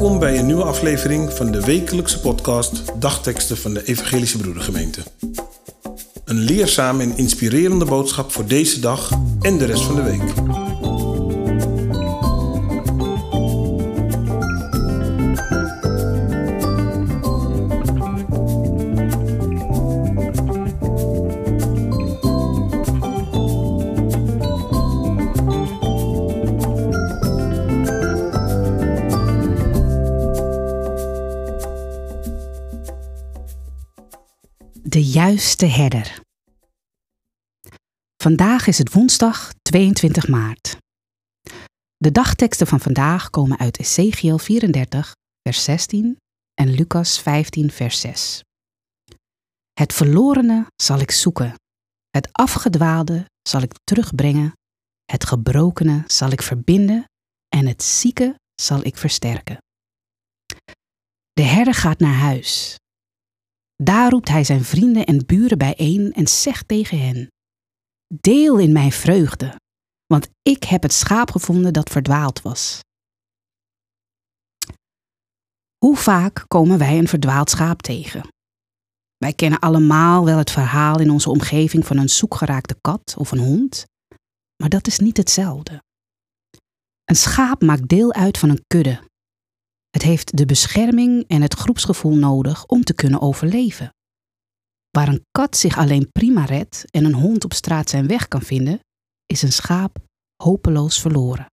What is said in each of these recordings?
Welkom bij een nieuwe aflevering van de wekelijkse podcast Dagteksten van de Evangelische Broedergemeente. Een leerzame en inspirerende boodschap voor deze dag en de rest van de week. De juiste herder. Vandaag is het woensdag 22 maart. De dagteksten van vandaag komen uit Ezechiël 34, vers 16 en Lucas 15, vers 6. Het verlorene zal ik zoeken, het afgedwaalde zal ik terugbrengen, het gebrokene zal ik verbinden en het zieke zal ik versterken. De herder gaat naar huis. Daar roept hij zijn vrienden en buren bijeen en zegt tegen hen: deel in mijn vreugde, want ik heb het schaap gevonden dat verdwaald was. Hoe vaak komen wij een verdwaald schaap tegen? Wij kennen allemaal wel het verhaal in onze omgeving van een zoekgeraakte kat of een hond, maar dat is niet hetzelfde. Een schaap maakt deel uit van een kudde. Het heeft de bescherming en het groepsgevoel nodig om te kunnen overleven. Waar een kat zich alleen prima redt en een hond op straat zijn weg kan vinden, is een schaap hopeloos verloren.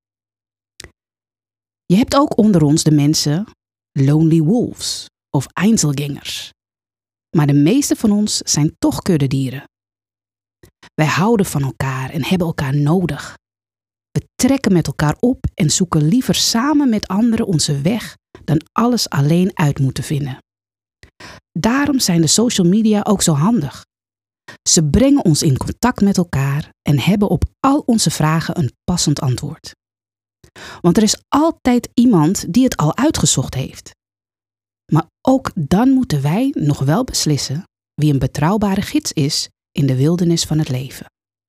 Je hebt ook onder ons de mensen lonely wolves of Einzelgängers. Maar de meeste van ons zijn toch kuddedieren. Wij houden van elkaar en hebben elkaar nodig. We trekken met elkaar op en zoeken liever samen met anderen onze weg dan alles alleen uit moeten vinden. Daarom zijn de social media ook zo handig. Ze brengen ons in contact met elkaar en hebben op al onze vragen een passend antwoord. Want er is altijd iemand die het al uitgezocht heeft. Maar ook dan moeten wij nog wel beslissen wie een betrouwbare gids is in de wildernis van het leven.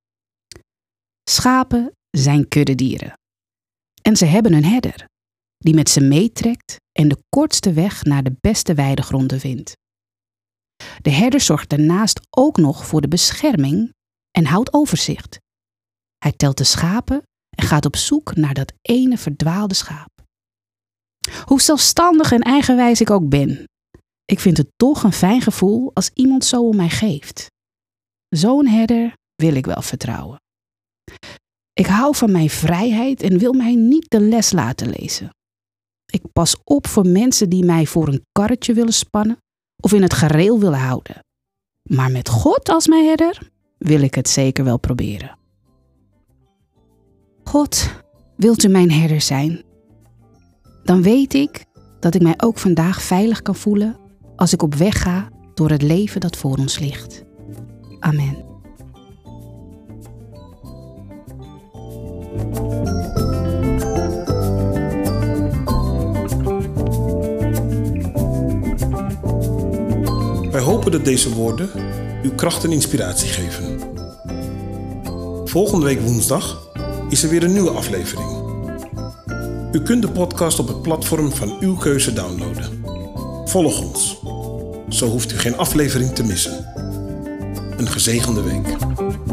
Schapen zijn kuddedieren. En ze hebben een herder die met ze meetrekt en de kortste weg naar de beste weidegronden vindt. De herder zorgt daarnaast ook nog voor de bescherming en houdt overzicht. Hij telt de schapen en gaat op zoek naar dat ene verdwaalde schaap. Hoe zelfstandig en eigenwijs ik ook ben, ik vind het toch een fijn gevoel als iemand zo om mij geeft. Zo'n herder wil ik wel vertrouwen. Ik hou van mijn vrijheid en wil mij niet de les laten lezen. Ik pas op voor mensen die mij voor een karretje willen spannen of in het gareel willen houden. Maar met God als mijn herder wil ik het zeker wel proberen. God, wilt u mijn herder zijn? Dan weet ik dat ik mij ook vandaag veilig kan voelen als ik op weg ga door het leven dat voor ons ligt. Amen. Wij hopen dat deze woorden uw kracht en inspiratie geven. Volgende week woensdag is er weer een nieuwe aflevering. U kunt de podcast op het platform van uw keuze downloaden. Volg ons. Zo hoeft u geen aflevering te missen. Een gezegende week.